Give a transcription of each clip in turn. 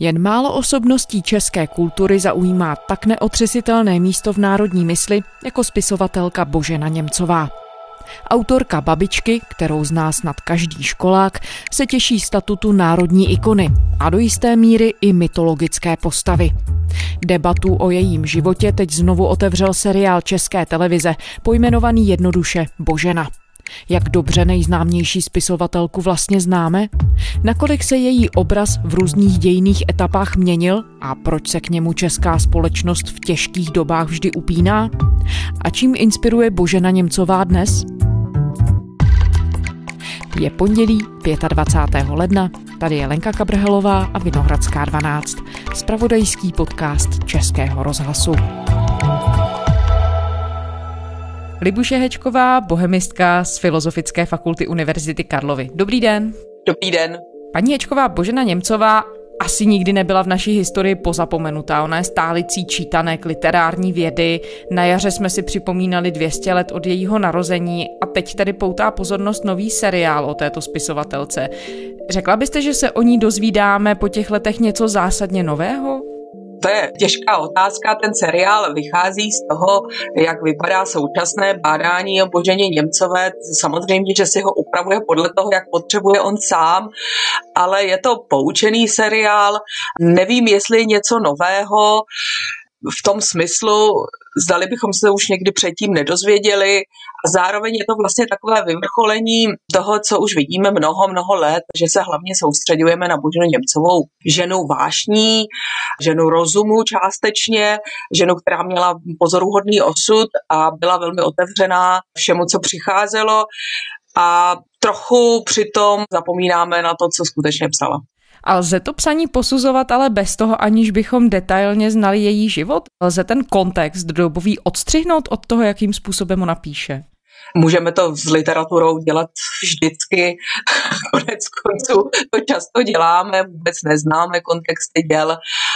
Jen málo osobností české kultury zaujímá tak neotřesitelné místo v národní mysli jako spisovatelka Božena Němcová. Autorka Babičky, kterou zná snad každý školák, se těší statutu národní ikony a do jisté míry i mytologické postavy. Debatu o jejím životě teď znovu otevřel seriál České televize, pojmenovaný jednoduše Božena. Jak dobře nejznámější spisovatelku vlastně známe? Nakolik se její obraz v různých dějinných etapách měnil a proč se k němu česká společnost v těžkých dobách vždy upíná? A čím inspiruje Božena Němcová dnes? Je pondělí 25. ledna, tady je Lenka Kabrhelová a Vinohradská 12, zpravodajský podcast Českého rozhlasu. Libuše Hečková, bohemistka z Filozofické fakulty Univerzity Karlovy. Dobrý den. Dobrý den. Paní Hečková, Božena Němcová asi nikdy nebyla v naší historii pozapomenutá. Ona je stálicí čítanek literární vědy. Na jaře jsme si připomínali 200 let od jejího narození a teď tady poutá pozornost nový seriál o této spisovatelce. Řekla byste, že se o ní dozvídáme po těch letech něco zásadně nového? To je těžká otázka. Ten seriál vychází z toho, jak vypadá současné bádání o Boženě Němcové. Samozřejmě, že si ho upravuje podle toho, jak potřebuje on sám, ale je to poučený seriál. Nevím, jestli něco nového v tom smyslu, zdali bychom se už někdy předtím nedozvěděli. A zároveň je to vlastně takové vyvrcholení toho, co už vidíme mnoho let, že se hlavně soustředujeme na Boženu Němcovou, ženu vášní, ženu rozumu částečně, ženu, která měla pozoruhodný osud a byla velmi otevřená všemu, co přicházelo, a trochu přitom zapomínáme na to, co skutečně psala. A lze to psaní posuzovat ale bez toho, aniž bychom detailně znali její život? Lze ten kontext dobový odstřihnout od toho, jakým způsobem ho napíše? Můžeme to s literaturou dělat vždycky, konec konců to často děláme, vůbec neznáme kontexty děl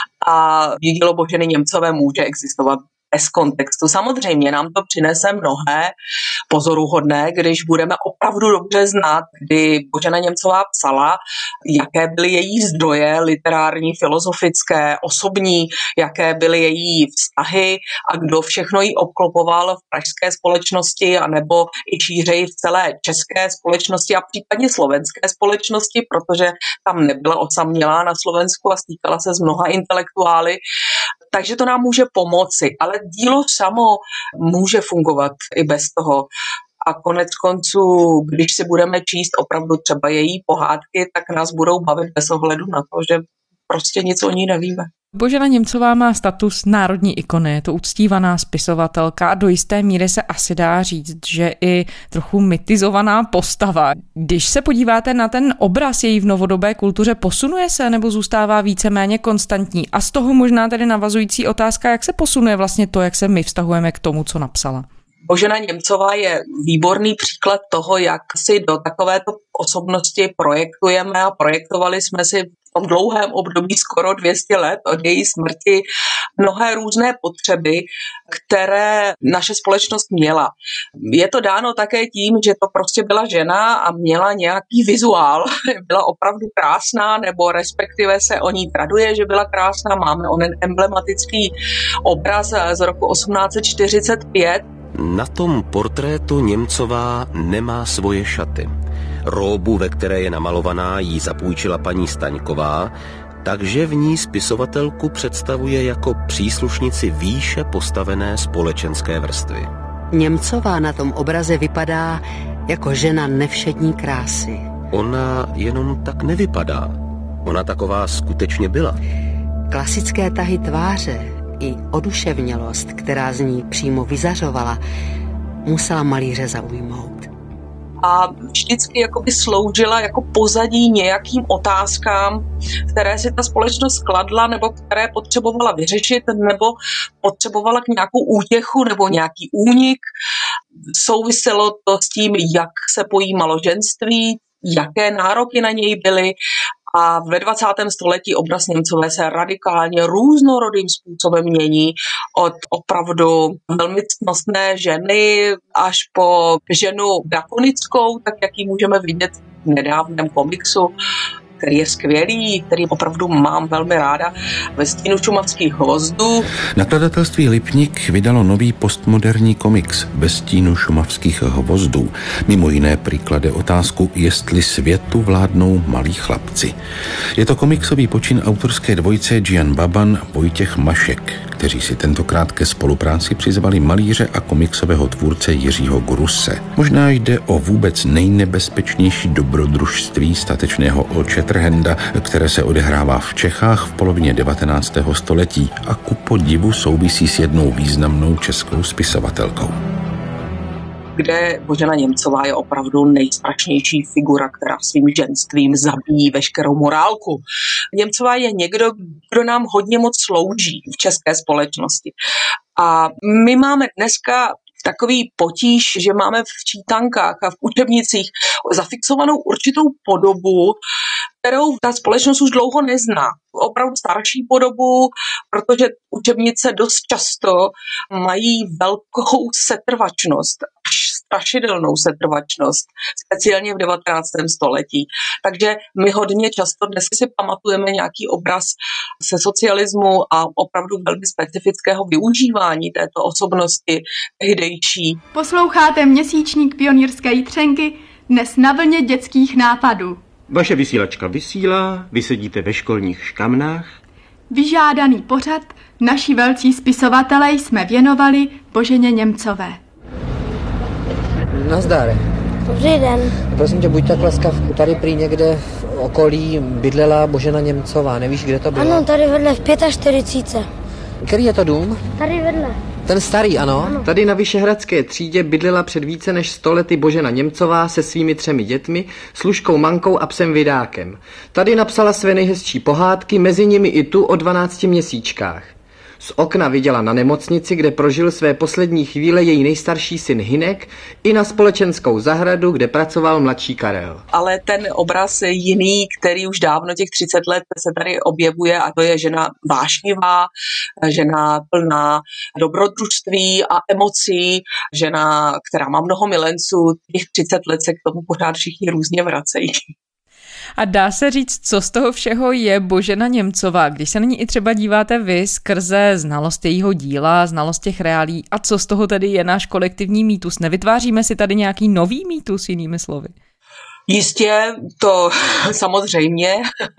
a dílo Boženy Němcové může existovat bez kontextu. Samozřejmě nám to přinese mnohé pozoruhodné, když budeme opravdu dobře znát, kdy Božena Němcová psala, jaké byly její zdroje literární, filozofické, osobní, jaké byly její vztahy a kdo všechno jí obklopoval v pražské společnosti anebo i šířeji v celé české společnosti a případně slovenské společnosti, protože tam nebyla osamělá na Slovensku a stýkala se s mnoha intelektuály. Takže to nám může pomoci, ale dílo samo může fungovat i bez toho. A konec konců, když si budeme číst opravdu třeba její pohádky, tak nás budou bavit bez ohledu na to, že prostě nic o ní nevíme. Božena Němcová má status národní ikony, je to uctívaná spisovatelka a do jisté míry se asi dá říct, že i trochu mytizovaná postava. Když se podíváte na ten obraz její v novodobé kultuře, posunuje se nebo zůstává víceméně konstantní? A z toho možná tedy navazující otázka, jak se posunuje vlastně to, jak se my vztahujeme k tomu, co napsala? Božena Němcová je výborný příklad toho, jak si do takovéto osobnosti projektujeme a projektovali jsme si v tom dlouhém období skoro 200 let od její smrti mnohé různé potřeby, které naše společnost měla. Je to dáno také tím, že to prostě byla žena a měla nějaký vizuál. Byla opravdu krásná, nebo respektive se o ní traduje, že byla krásná. Máme onen emblematický obraz z roku 1845. Na tom portrétu Němcová nemá svoje šaty. Róbu, ve které je namalovaná, jí zapůjčila paní Staňková, takže v ní spisovatelku představuje jako příslušnici výše postavené společenské vrstvy. Němcová na tom obraze vypadá jako žena nevšední krásy. Ona jenom tak nevypadá. Ona taková skutečně byla. Klasické tahy tváře i oduševnělost, která z ní přímo vyzařovala, musela malíře zaujmout. A vždycky jakoby sloužila jako pozadí nějakým otázkám, které si ta společnost kladla nebo které potřebovala vyřešit nebo potřebovala k nějakou útěchu nebo nějaký únik. Souviselo to s tím, jak se pojímalo ženství, jaké nároky na něj byly. A ve 20. století obraz Němcové se radikálně různorodým způsobem mění od opravdu velmi ctnostné ženy až po ženu drakonickou, tak jak ji můžeme vidět v nedávném komiksu který je skvělý, který opravdu mám velmi ráda, Ve stínu šumavských hvozdů. Nakladatelství Lipník vydalo nový postmoderní komiks Ve stínu šumavských hvozdů. Mimo jiné přiklade otázku, jestli světu vládnou malí chlapci. Je to komiksový počin autorské dvojice Gian Baban, Vojtěch Mašek, kteří si tentokrát ke spolupráci přizvali malíře a komiksového tvůrce Jiřího Gruse. Možná jde o vůbec nejnebezpečnější dobrodružství statečného Old Shatterhanda, které se odehrává v Čechách v polovině 19. století a ku podivu souvisí s jednou významnou českou spisovatelkou. Kde Božena Němcová je opravdu nejstrašnější figura, která svým ženstvím zabíjí veškerou morálku. Němcová je někdo, kdo nám hodně moc slouží v české společnosti. A my máme dneska takový potíž, že máme v čítankách a v učebnicích zafixovanou určitou podobu, kterou ta společnost už dlouho nezná. Opravdu starší podobu, protože učebnice dost často mají velkou setrvačnost, až strašidelnou setrvačnost, speciálně v 19. století. Takže my hodně často dnes si pamatujeme nějaký obraz se socialismu a opravdu velmi specifického využívání této osobnosti tehdejší. Posloucháte měsíčník Pionýrské Jitřenky, dnes na vlně dětských nápadů. Vaše vysílačka vysílá, vy sedíte ve školních škamnách. Vyžádaný pořad naši velcí spisovatelé jsme věnovali Boženě Němcové. Nazdar. Dobrý den. Prosím tě, buď tak laskav, tady prý někde v okolí bydlela Božena Němcová, nevíš, kde to bylo? Ano, tady vedle v 45. Který je to dům? Tady vedle. Ten starý, ano? Tady na Vyšehradské třídě bydlela před více než 100 lety Božena Němcová se svými 3 dětmi, služkou Mankou a psem Vydákem. Tady napsala své nejhezčí pohádky, mezi nimi i tu o 12 měsíčkách. Z okna viděla na nemocnici, kde prožil své poslední chvíle její nejstarší syn Hynek, i na společenskou zahradu, kde pracoval mladší Karel. Ale ten obraz je jiný, který už dávno těch 30 let se tady objevuje, a to je žena vášnivá, žena plná dobrodružství a emocí, žena, která má mnoho milenců. Těch 30 let se k tomu pořád všichni různě vracejí. A dá se říct, co z toho všeho je Božena Němcová, když se na ní i třeba díváte vy skrze znalost jejího díla, znalost těch reálí, a co z toho tedy je náš kolektivní mýtus? Nevytváříme si tady nějaký nový mýtus, jinými slovy? Jistě, to samozřejmě.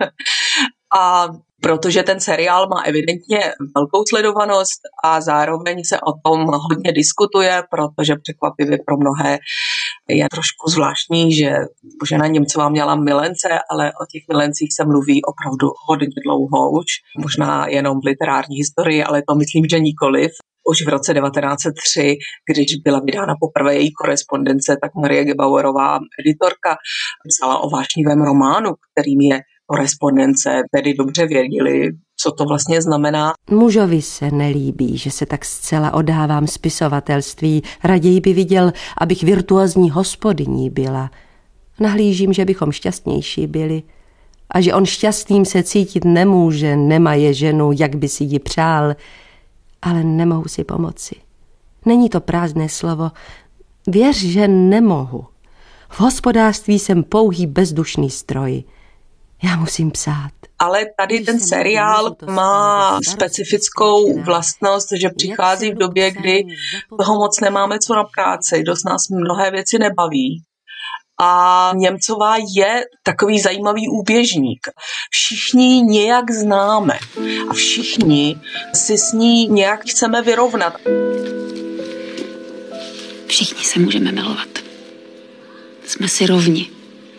A protože ten seriál má evidentně velkou sledovanost a zároveň se o tom hodně diskutuje, protože překvapivě pro mnohé je trošku zvláštní, že Božena Němcová měla milence, ale o těch milencích se mluví opravdu hodně dlouho už. Možná jenom v literární historii, ale to myslím, že nikoliv. Už v roce 1903, když byla vydána poprvé její korespondence, tak Marie Gebauerová, editorka, psala o vášnivém románu, kterým je korespondence, tedy dobře věděli, co to vlastně znamená. Mužovi se nelíbí, že se tak zcela oddávám spisovatelství. Raději by viděl, abych virtuózní hospodyní byla. Nahlížím, že bychom šťastnější byli. A že on šťastným se cítit nemůže, nemaje ženu, jak by si ji přál. Ale nemohu si pomoci. Není to prázdné slovo. Věř, že nemohu. V hospodářství jsem pouhý bezdušný stroj. Já musím psát. Ale tady ten seriál má specifickou vlastnost, že přichází v době, kdy toho moc nemáme co na práci, dost nás mnohé věci nebaví. A Němcová je takový zajímavý úběžník. Všichni nějak známe a všichni si s ní nějak chceme vyrovnat. Všichni se můžeme milovat. Jsme si rovni.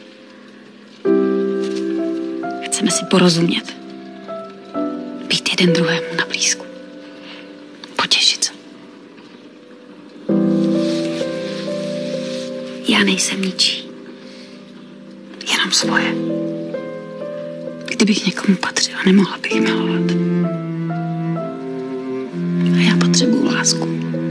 Chceme si porozumět. Být jeden druhému na blízku. Potěšit se. Já nejsem ničí. Jenom svoje. Kdybych někomu patřila, nemohla bych milovat. A já potřebuju lásku.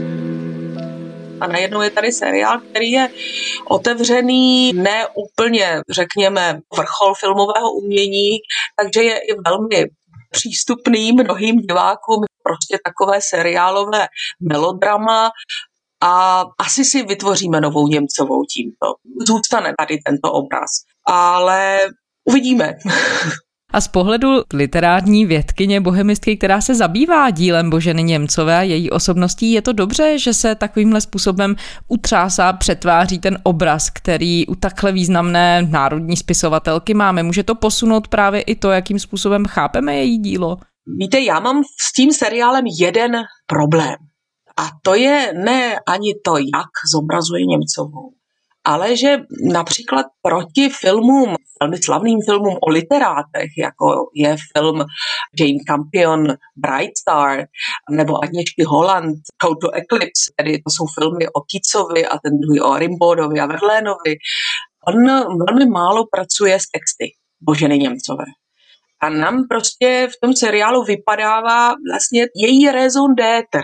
A najednou je tady seriál, který je otevřený, ne úplně, řekněme, vrchol filmového umění, takže je i velmi přístupný mnohým divákům, prostě takové seriálové melodrama. A asi si vytvoříme novou Němcovou tímto. Zůstane tady tento obraz. Ale Uvidíme. A z pohledu literární vědkyně, bohemistky, která se zabývá dílem Boženy Němcové a její osobností, je to dobře, že se takovýmhle způsobem utřásá, přetváří ten obraz, který u takhle významné národní spisovatelky máme? Může to posunout právě i to, jakým způsobem chápeme její dílo? Víte, já mám s tím seriálem jeden problém. A to je ne ani to, jak zobrazuje Němcovou, ale že například proti filmům, velmi slavným filmům o literátech, jako je film Jane Campion Bright Star nebo Agněšky Holland Total Eclipse, tedy to jsou filmy o Keatsovi a ten druhý o Rimbaudovi a Verlainovi, on velmi málo pracuje s texty Boženy Němcové. A nám prostě v tom seriálu vypadává vlastně její raison d'être.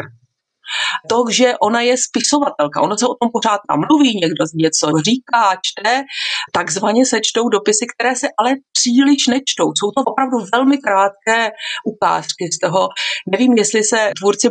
To, že ona je spisovatelka, ono se o tom pořád namluví, někdo něco říká, čte, takzvaně se čtou dopisy, které se ale příliš nečtou. Jsou to opravdu velmi krátké ukázky z toho. Nevím, jestli se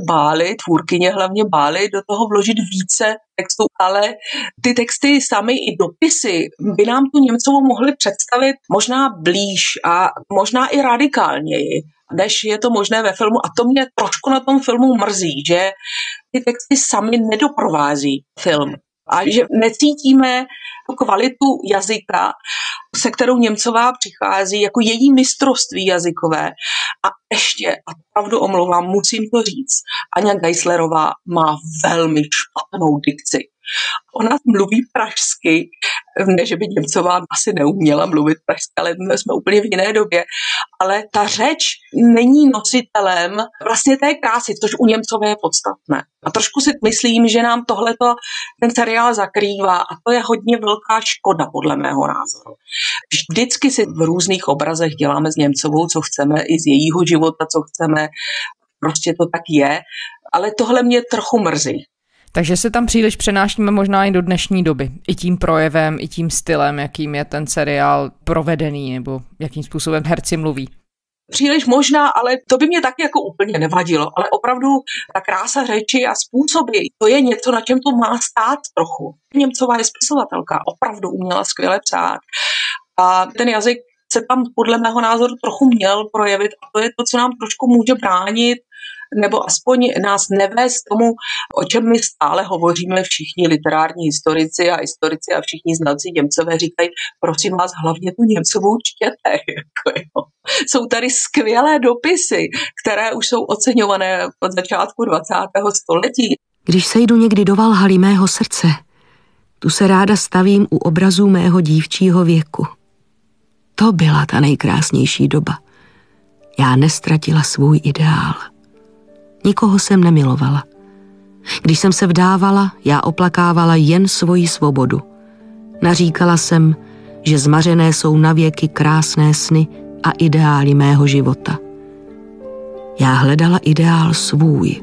tvůrkyně hlavně bály do toho vložit více textů, ale ty texty samy i dopisy by nám tu Němcovou mohly představit možná blíž a možná i radikálněji, než je to možné ve filmu. A to mě trošku na tom filmu mrzí, že ty texty sami nedoprovází film. A že necítíme tu kvalitu jazyka, se kterou Němcová přichází, jako její mistrovství jazykové. A ještě, a opravdu omlouvám, musím to říct, Aňa Geislerová má velmi špatnou dikci. Ona mluví pražsky, ne, že by Němcová asi neuměla mluvit pražsky, ale jsme úplně v jiné době, ale ta řeč není nositelem vlastně té krásy, což u Němcové je podstatné. A trošku si myslím, že nám tohleto ten seriál zakrývá a to je hodně velká škoda podle mého názoru. Vždycky si v různých obrazech děláme s Němcovou, co chceme, i z jejího života, co chceme, prostě to tak je, ale tohle mě trochu mrzí. Takže se tam příliš přenášíme možná i do dnešní doby. I tím projevem, i tím stylem, jakým je ten seriál provedený, nebo jakým způsobem herci mluví. Příliš možná, ale to by mě taky jako úplně nevadilo. Ale opravdu ta krása řeči a způsoby, to je něco, na čem to má stát trochu. Němcová je spisovatelka, opravdu uměla skvěle psát. A ten jazyk se tam podle mého názoru trochu měl projevit a to je to, co nám trošku může bránit nebo aspoň nás nevést tomu, o čem my stále hovoříme všichni literární historici a všichni znalci Němcové říkají, prosím vás, hlavně tu Němcovou čtěte. Jsou tady skvělé dopisy, které už jsou oceňované od začátku 20. století. Když sejdu někdy do Valhaly mého srdce, tu se ráda stavím u obrazů mého dívčího věku. To byla ta nejkrásnější doba. Já nestratila svůj ideál. Nikoho jsem nemilovala. Když jsem se vdávala, já oplakávala jen svoji svobodu. Naříkala jsem, že zmařené jsou navěky krásné sny a ideály mého života. Já hledala ideál svůj.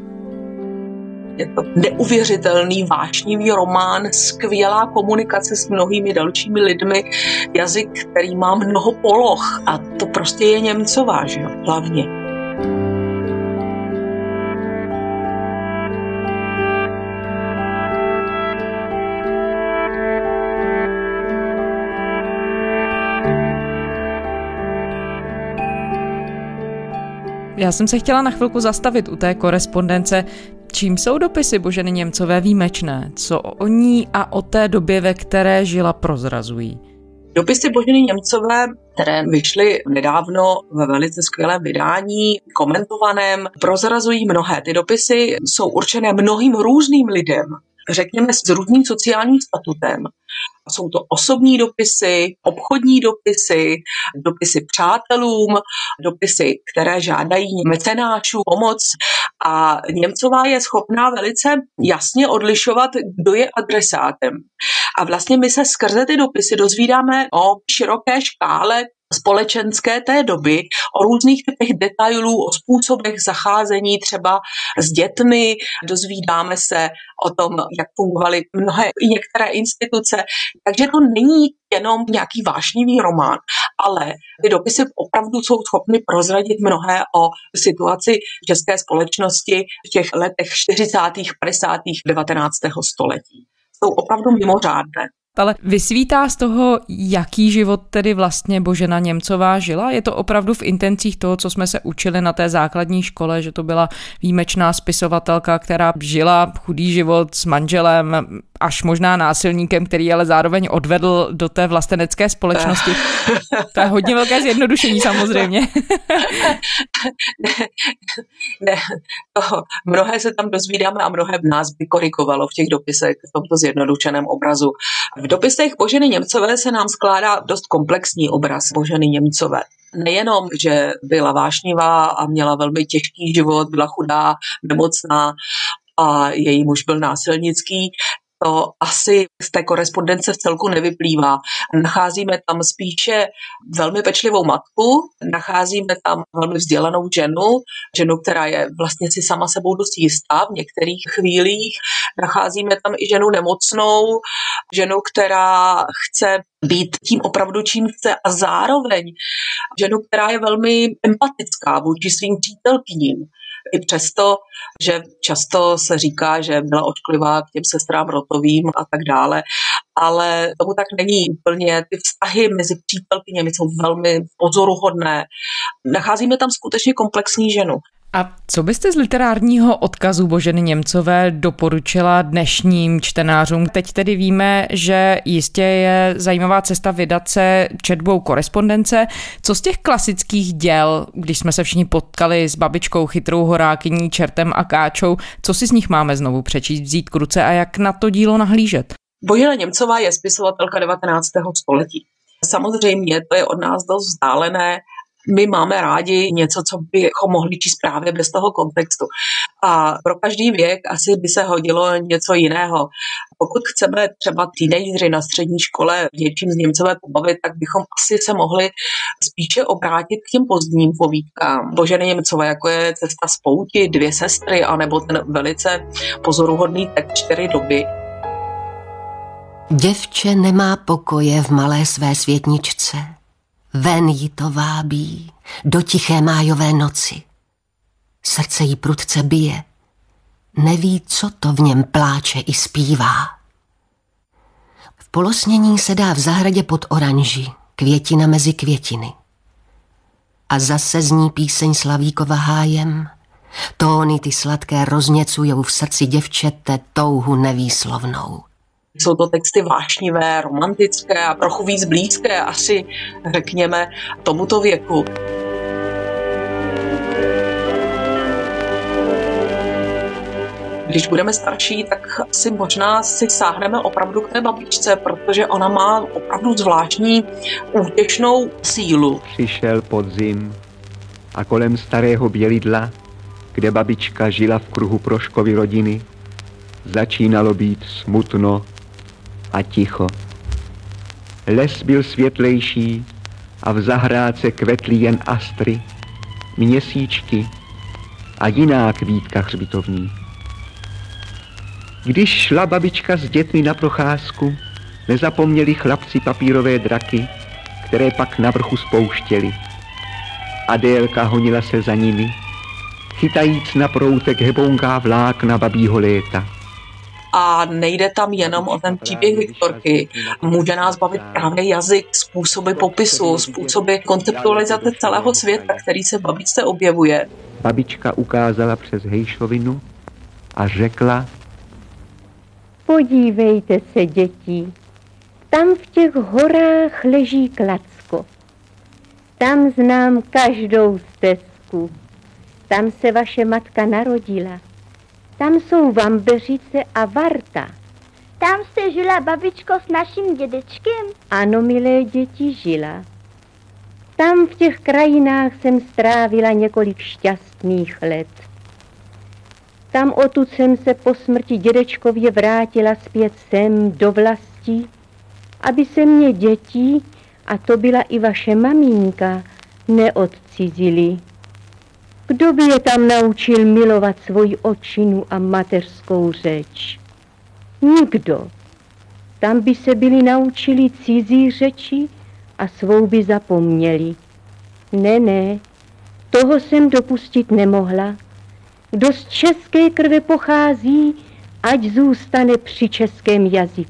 Je to neuvěřitelný, vášnivý román, skvělá komunikace s mnohými dalšími lidmi, jazyk, který má mnoho poloh a to prostě je Němcová, že jo, hlavně. Já jsem se chtěla na chvilku zastavit u té korespondence. Čím jsou dopisy Boženy Němcové výjimečné? Co o ní a o té době, ve které žila, prozrazují? Dopisy Boženy Němcové, které vyšly nedávno ve velice skvělém vydání, komentovaném, prozrazují mnohé. Ty dopisy jsou určené mnohým různým lidem, řekněme s různým sociálním statutem. Jsou to osobní dopisy, obchodní dopisy, dopisy přátelům, dopisy, které žádají mecenášů pomoc. A Němcová je schopná velice jasně odlišovat, kdo je adresátem. A vlastně my se skrze ty dopisy dozvídáme o široké škále společenské té doby, o různých typech detailů, o způsobech zacházení třeba s dětmi, dozvídáme se o tom, jak fungovaly některé instituce. Takže to není jenom nějaký vášnivý román, ale ty dopisy opravdu jsou schopny prozradit mnohé o situaci české společnosti v těch letech 40., 50., 19. století. Jsou opravdu mimořádné. Ale vysvítá z toho, jaký život tedy vlastně Božena Němcová žila? Je to opravdu v intencích toho, co jsme se učili na té základní škole, že to byla výjimečná spisovatelka, která žila chudý život s manželem, až možná násilníkem, který ale zároveň odvedl do té vlastenecké společnosti? To je hodně velké zjednodušení samozřejmě. Ne, mnohé se tam dozvídáme a mnohé v nás by korigovalo v těch dopisech v tomto zjednodušeném obrazu. V dopisech Boženy Němcové se nám skládá dost komplexní obraz Boženy Němcové. Nejenom, že byla vášnivá a měla velmi těžký život, byla chudá, nemocná a její muž byl násilnický, to asi z té korespondence v celku nevyplývá. Nacházíme tam spíše velmi pečlivou matku, nacházíme tam velmi vzdělanou ženu, která je vlastně si sama sebou dost jistá v některých chvílích. Nacházíme tam i ženu nemocnou, ženu, která chce být tím opravdu, čím chce, a zároveň ženu, která je velmi empatická vůči svým přítelkyním. I přesto, že často se říká, že byla ošklivá k těm sestrám Rotovým a tak dále, ale tomu tak není úplně. Ty vztahy mezi přítelkyněmi jsou velmi pozoruhodné. Nacházíme tam skutečně komplexní ženu. A co byste z literárního odkazu Boženy Němcové doporučila dnešním čtenářům? Teď tedy víme, že jistě je zajímavá cesta vydat se četbou korespondence. Co z těch klasických děl, když jsme se všichni potkali s babičkou, chytrou horákyní, čertem a káčou, co si z nich máme znovu přečíst, vzít k ruce a jak na to dílo nahlížet? Božena Němcová je spisovatelka 19. století. Samozřejmě to je od nás dost vzdálené. My máme rádi něco, co bychom mohli číst právě bez toho kontextu. A pro každý věk asi by se hodilo něco jiného. Pokud chceme třeba teenageři na střední škole něčím z Němcové pobavit, tak bychom asi se mohli spíše obrátit k těm pozdním povídkám Boženy Němcové, jako je Cesta z pouti, Dvě sestry, anebo ten velice pozoruhodný text 4 doby. Děvče nemá pokoje v malé své světničce. Ven jí to vábí do tiché májové noci. Srdce jí prudce bije. Neví, co to v něm pláče i zpívá. V polosnění sedá v zahradě pod oranží, květina mezi květiny. A zase zní píseň Slavíkova hájem. Tóny ty sladké rozněcujou v srdci děvčete touhu nevýslovnou. Jsou to texty vášnivé, romantické a trochu víc blízké, asi řekněme, tomuto věku. Když budeme starší, tak si možná sáhneme opravdu k té babičce, protože ona má opravdu zvláštní útěšnou sílu. Přišel podzim a kolem starého Bělidla, kde babička žila v kruhu Proškovy rodiny, začínalo být smutno a ticho. Les byl světlejší a v zahrádce kvetly jen astry, měsíčky a jiná kvítka hřbitovní. Když šla babička s dětmi na procházku, nezapomněli chlapci papírové draky, které pak na vrchu spouštěli. Adélka honila se za nimi, chytajíc na proutek hebonká vlákna babího léta. A nejde tam jenom o ten příběh Viktorky. Může nás bavit právě jazyk, způsoby popisu, způsoby konceptualizace celého světa, který se v babičce objevuje. Babička ukázala přes hejšovinu a řekla: Podívejte se, děti, tam v těch horách leží Klacko. Tam znám každou stezku. Tam se vaše matka narodila. Tam jsou Vambeřice a Varta. Tam jste žila, babičko, s naším dědečkem? Ano, milé děti, žila. Tam v těch krajinách jsem strávila několik šťastných let. Tam odtud jsem se po smrti dědečkově vrátila zpět sem do vlasti, aby se mě děti, a to byla i vaše maminka, neodcizili. Kdo by je tam naučil milovat svoji otčinu a mateřskou řeč? Nikdo. Tam by se byli naučili cizí řeči a svou by zapomněli. Ne, toho jsem dopustit nemohla. Kdo z české krve pochází, ať zůstane při českém jazyku.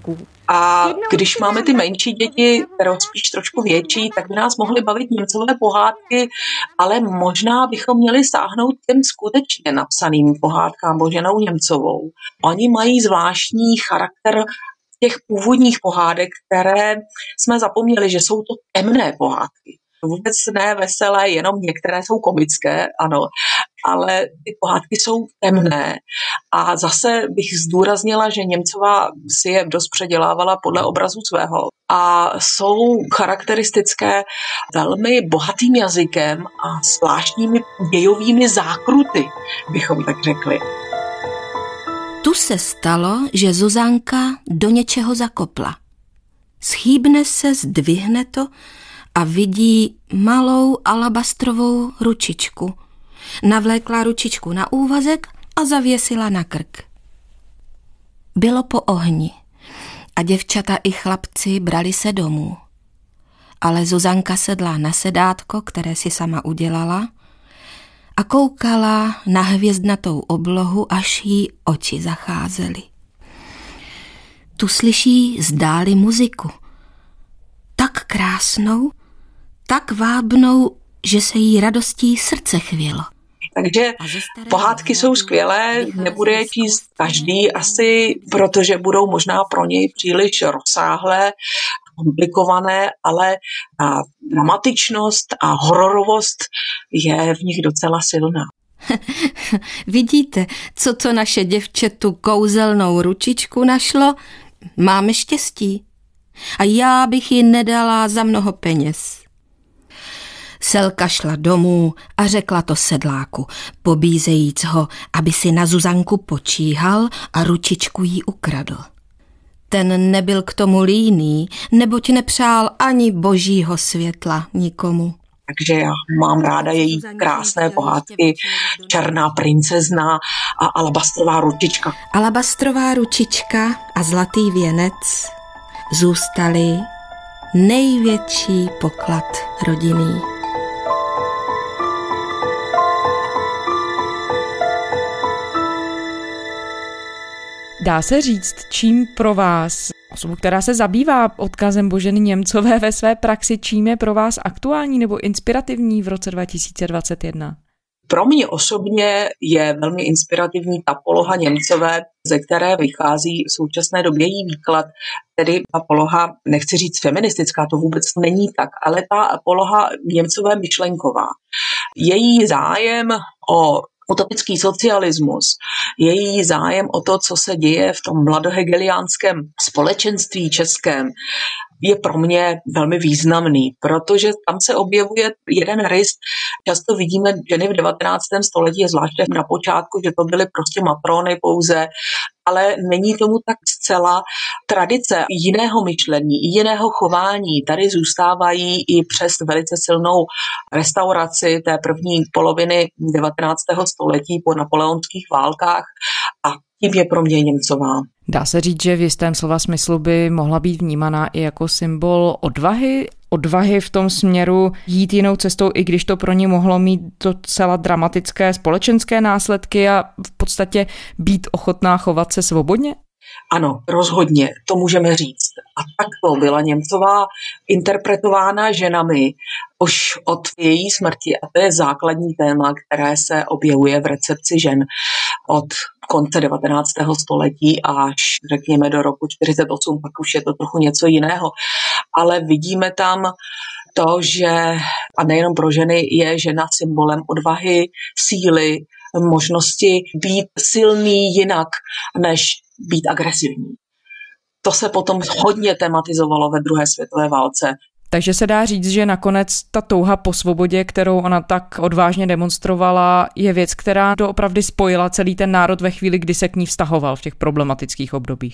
A když máme ty menší děti, které spíš trošku větší, tak by nás mohly bavit Němcové pohádky, ale možná bychom měli sáhnout těm skutečně napsaným pohádkám Boženou Němcovou. Oni mají zvláštní charakter těch původních pohádek, které jsme zapomněli, že jsou to temné pohádky. Vůbec ne veselé, jenom některé jsou komické, ano, ale ty pohádky jsou temné. A zase bych zdůraznila, že Němcová si je dost předělávala podle obrazu svého a jsou charakteristické velmi bohatým jazykem a zvláštními dějovými zákruty, bychom tak řekli. Tu se stalo, že Zuzanka do něčeho zakopla. Schýbne se, zdvihne to a vidí malou alabastrovou ručičku. Navlékla ručičku na úvazek a zavěsila na krk. Bylo po ohni a děvčata i chlapci brali se domů. Ale Zuzanka sedla na sedátko, které si sama udělala, a koukala na hvězdnatou oblohu, až jí oči zacházely. Tu slyší zdáli muziku. Tak krásnou, tak vábnou, že se jí radostí srdce chvělo. Takže pohádky jsou skvělé, nebude je číst každý asi, protože budou možná pro něj příliš rozsáhlé, komplikované, ale dramatičnost a hororovost je v nich docela silná. Vidíte, co to naše děvče tu kouzelnou ručičku našlo? Máme štěstí. A já bych ji nedala za mnoho peněz. Selka šla domů a řekla to sedláku, pobízejíc ho, aby si na Zuzanku počíhal a ručičku jí ukradl. Ten nebyl k tomu líný, neboť nepřál ani božího světla nikomu. Takže já mám ráda její krásné pohádky Černá princezna a Alabastrová ručička. Alabastrová ručička a Zlatý věnec zůstaly největší poklad rodinný. Dá se říct, čím pro vás, osobu, která se zabývá odkazem Boženy Němcové ve své praxi, čím je pro vás aktuální nebo inspirativní v roce 2021? Pro mě osobně je velmi inspirativní ta poloha Němcové, ze které vychází v současné době její výklad, tedy ta poloha, nechci říct feministická, to vůbec není tak, ale ta poloha Němcové myšlenková. Její zájem o utopický socialismus, její zájem o to, co se děje v tom mladohegeliánském společenství českém, je pro mě velmi významný, protože tam se objevuje jeden rys. Často vidíme ženy v 19. století, zvláště na počátku, že to byly prostě matrony pouze, ale není tomu tak zcela. Tradice jiného myšlení, jiného chování tady zůstávají i přes velice silnou restauraci té první poloviny 19. století po napoleonských válkách a tím je pro mě Němcová. Dá se říct, že v jistém slova smyslu by mohla být vnímaná i jako symbol odvahy v tom směru jít jinou cestou, i když to pro ní mohlo mít docela dramatické společenské následky a v podstatě být ochotná chovat se svobodně? Ano, rozhodně, to můžeme říct. A takto byla Němcová interpretována ženami už od její smrti. A to je základní téma, které se objevuje v recepci žen od konce 19. století až řekněme do roku 1948, pak už je to trochu něco jiného. Ale vidíme tam to, že, a nejenom pro ženy, je žena symbolem odvahy, síly, možnosti být silný jinak, než být agresivní. To se potom hodně tematizovalo ve druhé světové válce. Takže se dá říct, že nakonec ta touha po svobodě, kterou ona tak odvážně demonstrovala, je věc, která doopravdy spojila celý ten národ ve chvíli, kdy se k ní vztahoval v těch problematických obdobích.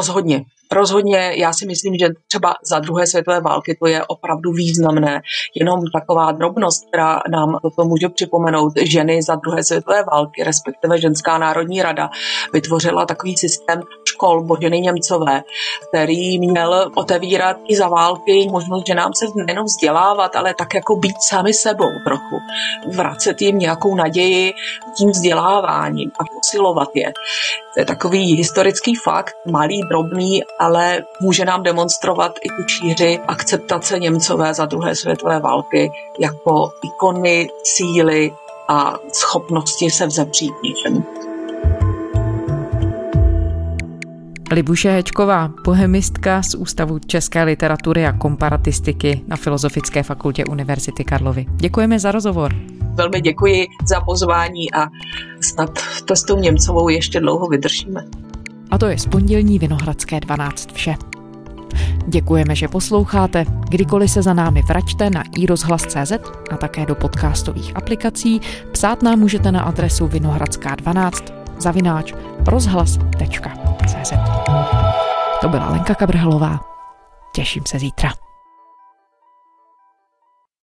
Rozhodně, já si myslím, že třeba za druhé světové války to je opravdu významné. Jenom taková drobnost, která nám toto může připomenout, ženy za druhé světové války, respektive Ženská národní rada, vytvořila takový systém škol Boženy Němcové, který měl otevírat i za války možnost ženám ženám se nejenom vzdělávat, ale tak jako být sami sebou trochu. Vracet jim nějakou naději tím vzděláváním a posilovat je. To je takový historický fakt, malý, drobný, ale může nám demonstrovat i tu šíři akceptace Němcové za druhé světové války jako ikony, síly a schopnosti se vzepřít něčemu. Libuše Hečková, bohemistka z Ústavu české literatury a komparatistiky na Filozofické fakultě Univerzity Karlovy. Děkujeme za rozhovor. Velmi děkuji za pozvání a snad to s tou Němcovou ještě dlouho vydržíme. A to je z pondělní Vinohradské 12 vše. Děkujeme, že posloucháte. Kdykoliv se za námi vraťte na iRozhlas.cz a také do podcastových aplikací. Psát nám můžete na adresu vinohradská12@rozhlas.cz. To byla Lenka Kabrhelová. Těším se zítra.